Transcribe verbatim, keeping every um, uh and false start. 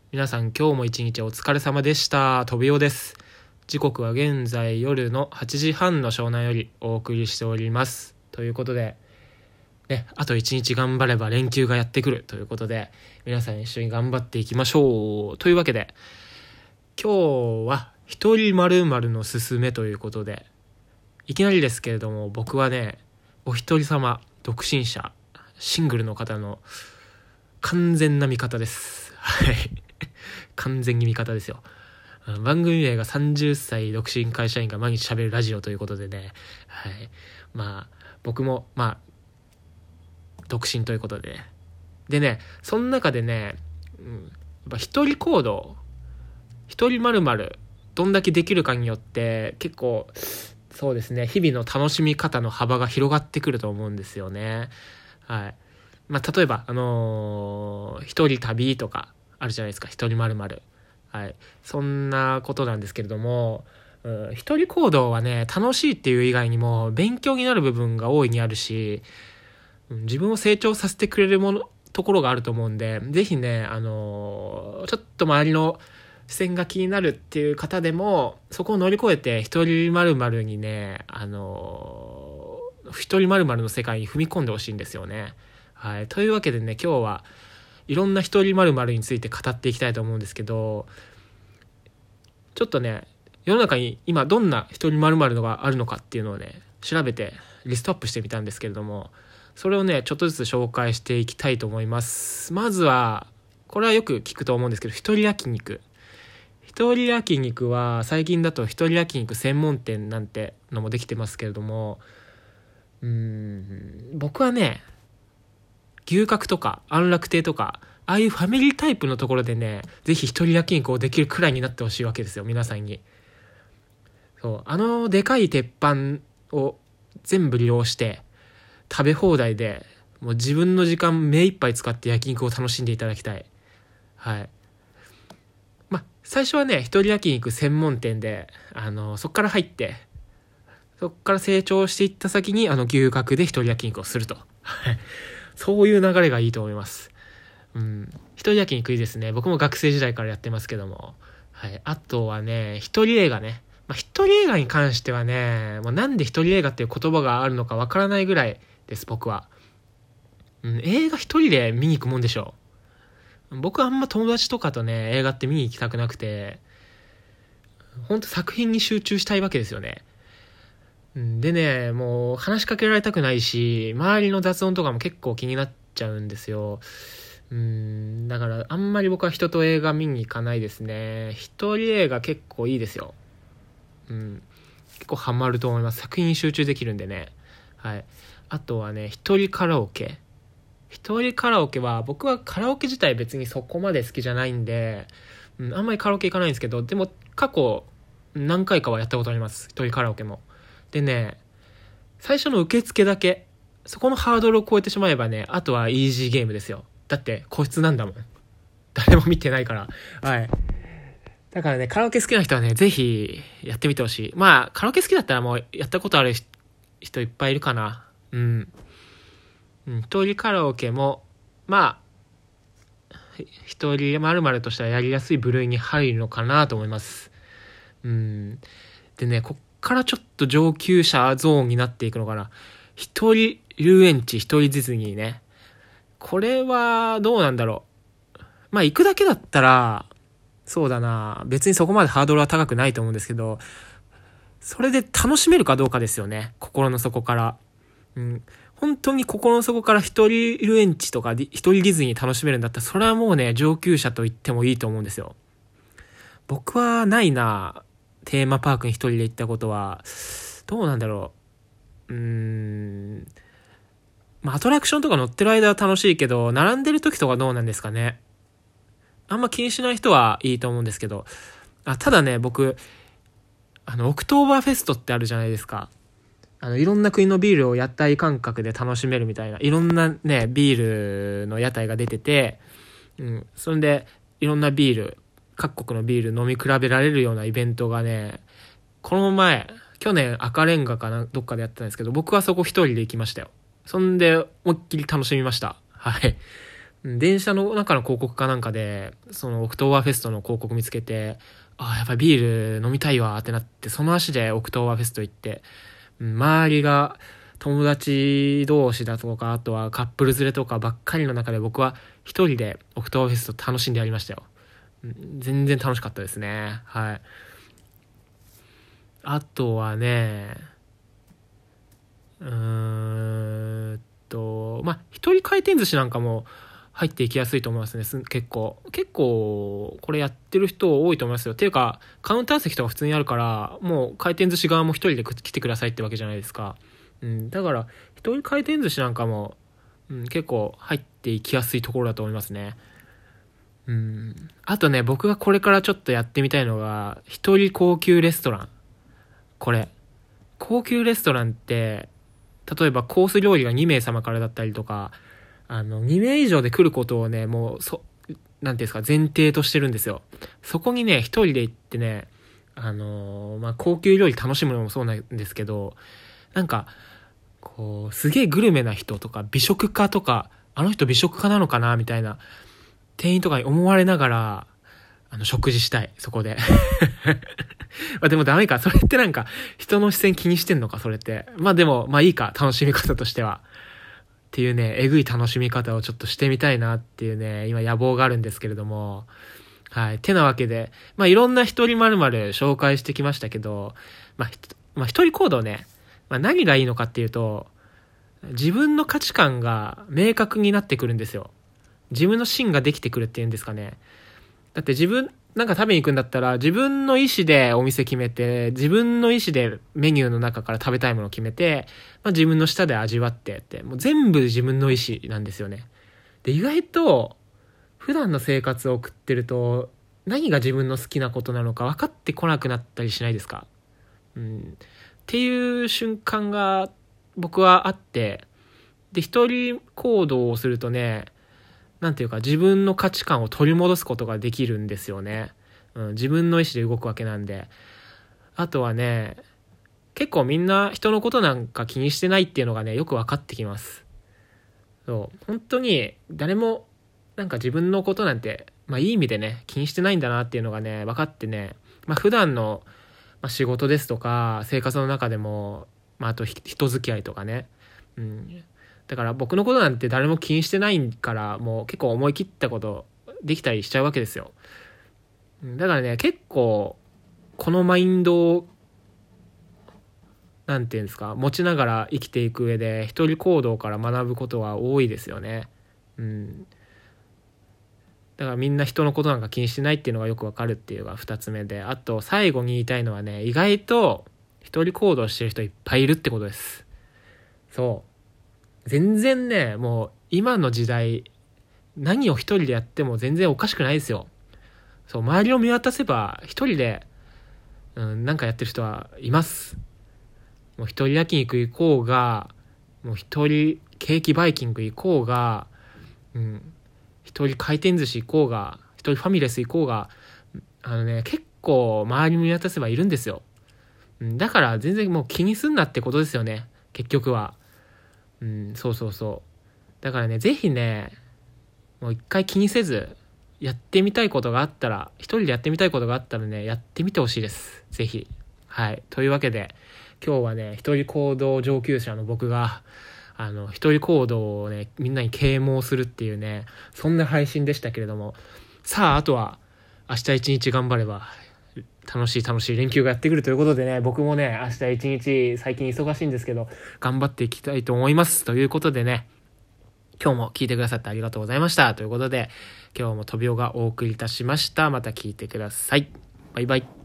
皆さん今日も一日お疲れ様でした。とびおです。時刻は現在夜のはちじはんの湘南よりお送りしております。ということで、ね、あと一日頑張れば連休がやってくるということで、皆さん一緒に頑張っていきましょう。というわけで、今日は一人〇〇のすすめということで、いきなりですけれども、僕はね、お一人様、独身者、シングルの方の完全な味方です。はい。完全に味方ですよ。番組名がさんじゅっさい独身会社員が毎日喋るラジオということでね、はい。まあ、僕も、まあ、独身ということでね。でね、その中でね、うん、やっぱ一人行動、一人〇〇、どんだけできるかによって、結構、そうですね、日々の楽しみ方の幅が広がってくると思うんですよね。はい。まあ、例えば、あのー、一人旅とか、あるじゃないですか、一人〇〇。はい。そんなことなんですけれども、うん、一人行動はね、楽しいっていう以外にも、勉強になる部分が大いにあるし、うん、自分を成長させてくれるもの、ところがあると思うんで、ぜひね、あのー、ちょっと周りの視線が気になるっていう方でも、そこを乗り越えて、一人〇〇にね、あのー、一人〇〇の世界に踏み込んでほしいんですよね。はい。というわけでね、今日はいろんな一人〇〇について語っていきたいと思うんですけど、ちょっとね、世の中に今どんな一人〇〇のがあるのかっていうのをね、調べてリストアップしてみたんですけれども、それをね、ちょっとずつ紹介していきたいと思います。まずは、これはよく聞くと思うんですけど、一人焼肉。一人焼肉は最近だと一人焼肉専門店なんてのもできてますけれども、うーん、僕はね、牛角とか安楽亭とか、ああいうファミリータイプのところでね、ぜひ一人焼肉をできるくらいになってほしいわけですよ、皆さんに。そう、あのでかい鉄板を全部利用して食べ放題で、もう自分の時間目いっぱい使って焼肉を楽しんでいただきたい。はい。まあ最初はね、一人焼肉専門店で、あのそこから入って、そこから成長していった先にあの牛角で一人焼肉をすると。そういう流れがいいと思います。うん。一人焼肉いいですね。僕も学生時代からやってますけども。はい。あとはね、一人映画ね。まあ、一人映画に関してはね、もうなんで一人映画っていう言葉があるのかわからないぐらいです、僕は。うん、映画一人で見に行くもんでしょう。僕はあんま友達とかとね、映画って見に行きたくなくて、ほんと作品に集中したいわけですよね。でね、もう話しかけられたくないし、周りの雑音とかも結構気になっちゃうんですよ。うーん、だからあんまり僕は人と映画見に行かないですね。一人映画結構いいですよ。うん、結構ハマると思います。作品に集中できるんでね。はい。あとはね、一人カラオケ。一人カラオケは、僕はカラオケ自体別にそこまで好きじゃないんで、うん、あんまりカラオケ行かないんですけど、でも過去何回かはやったことあります。一人カラオケも。でね、最初の受付だけ、そこのハードルを超えてしまえばね、あとはイージーゲームですよ。だって個室なんだもん。誰も見てないから。はい。だからね、カラオケ好きな人はね、ぜひやってみてほしい。まあ、カラオケ好きだったらもうやったことある人いっぱいいるかな。うん。うん、一人カラオケも、まあ、一人〇〇としてはやりやすい部類に入るのかなと思います。うん。でね、こっからちょっと上級者ゾーンになっていくのかな。一人遊園地、一人ディズニーね。これはどうなんだろう。まあ行くだけだったら、そうだな。別にそこまでハードルは高くないと思うんですけど、それで楽しめるかどうかですよね。心の底から。うん。本当に心の底から一人遊園地とか一人ディズニー楽しめるんだったら、それはもうね、上級者と言ってもいいと思うんですよ。僕はないな。テーマパークに一人で行ったことは、どうなんだろう。うーん。まあ、アトラクションとか乗ってる間は楽しいけど、並んでる時とかどうなんですかね。あんま気にしない人はいいと思うんですけど。あ、ただね、僕、あの、オクトーバーフェストってあるじゃないですか。あの、いろんな国のビールを屋台感覚で楽しめるみたいな、いろんなね、ビールの屋台が出てて、うん。そんで、いろんなビール、各国のビール飲み比べられるようなイベントがね、この前、去年赤レンガかな、どっかでやってたんですけど、僕はそこ一人で行きましたよ。そんで、思いっきり楽しみました。はい。 電車の中の広告かなんかで、そのオクトーバーフェストの広告見つけて、ああ、やっぱりビール飲みたいわってなって、その足でオクトーバーフェスト行って、周りが友達同士だとか、あとはカップル連れとかばっかりの中で僕は一人でオクトーバーフェスト楽しんでやりましたよ。全然楽しかったですね。はい。あとはね、うーんと、まあ、一人回転寿司なんかも入っていきやすいと思いますね。結構。結構、これやってる人多いと思いますよ。っていうか、カウンター席とか普通にあるから、もう回転寿司側も一人で来てくださいってわけじゃないですか。うん、だから、一人回転寿司なんかも、うん、結構入っていきやすいところだと思いますね。うん。あとね、僕がこれからちょっとやってみたいのが、一人高級レストラン。これ。高級レストランって、例えばコース料理がにめいさまからだったりとか、あの、にめい以上で来ることをね、もう、そ、なんていうんですか、前提としてるんですよ。そこにね、一人で行ってね、あのー、まあ、高級料理楽しむのもそうなんですけど、なんか、こう、すげえグルメな人とか、美食家とか、あの人美食家なのかなみたいな、店員とかに思われながら、あの、食事したい、そこで。まあでもダメか。それってなんか、人の視線気にしてんのか、それって。まあでも、まあいいか、楽しみ方としては。っていうね、えぐい楽しみ方をちょっとしてみたいなっていうね、今野望があるんですけれども。はい。てなわけで、まあいろんな一人まるまる紹介してきましたけど、まあ、まあ一人行動ね、まあ何がいいのかっていうと、自分の価値観が明確になってくるんですよ。自分の芯ができてくるっていうんですかね。だって自分、なんか食べに行くんだったら、自分の意思でお店決めて、自分の意思でメニューの中から食べたいものを決めて、まあ、自分の舌で味わってって、もう全部自分の意思なんですよね。で、意外と、普段の生活を送ってると、何が自分の好きなことなのか分かってこなくなったりしないですか？うん。っていう瞬間が僕はあって、で、一人行動をするとね、なんていうか自分の価値観を取り戻すことができるんですよね。うん、自分の意思で動くわけなんで。あとはね、結構みんな人のことなんか気にしてないっていうのがね、よく分かってきます。そう。本当に誰もなんか自分のことなんて、まあいい意味でね、気にしてないんだなっていうのがね、分かってね、まあ普段の、まあ、仕事ですとか、生活の中でも、まああと人付き合いとかね、うん。だから僕のことなんて誰も気にしてないから、もう結構思い切ったことできたりしちゃうわけですよ。だからね、結構このマインドをなんていうんですか、持ちながら生きていく上で一人行動から学ぶことは多いですよね。うん。だからみんな人のことなんか気にしてないっていうのがよくわかるっていうのが二つ目で、あと最後に言いたいのはね、意外と一人行動してる人いっぱいいるってことです。そう。全然ね、もう今の時代、何を一人でやっても全然おかしくないですよ。そう、周りを見渡せば一人で、うん、なんかやってる人はいます。もう一人焼肉行こうが、もう一人ケーキバイキング行こうが、うん、一人回転寿司行こうが、一人ファミレス行こうが、あのね、結構周りを見渡せばいるんですよ。うん、だから全然もう気にすんなってことですよね。結局は。うん、そうそうそう。だからね、ぜひね、もう一回気にせず、やってみたいことがあったら、一人でやってみたいことがあったらね、やってみてほしいです。ぜひ。はい。というわけで、今日はね、一人行動上級者の僕が、あの、一人行動をね、みんなに啓蒙するっていうね、そんな配信でしたけれども、さあ、あとは、明日一日頑張れば、楽しい楽しい連休がやってくるということでね、僕もね、明日一日最近忙しいんですけど、頑張っていきたいと思います。ということでね、今日も聞いてくださってありがとうございました。ということで、今日もトビオがお送りいたしました。また聞いてください。バイバイ。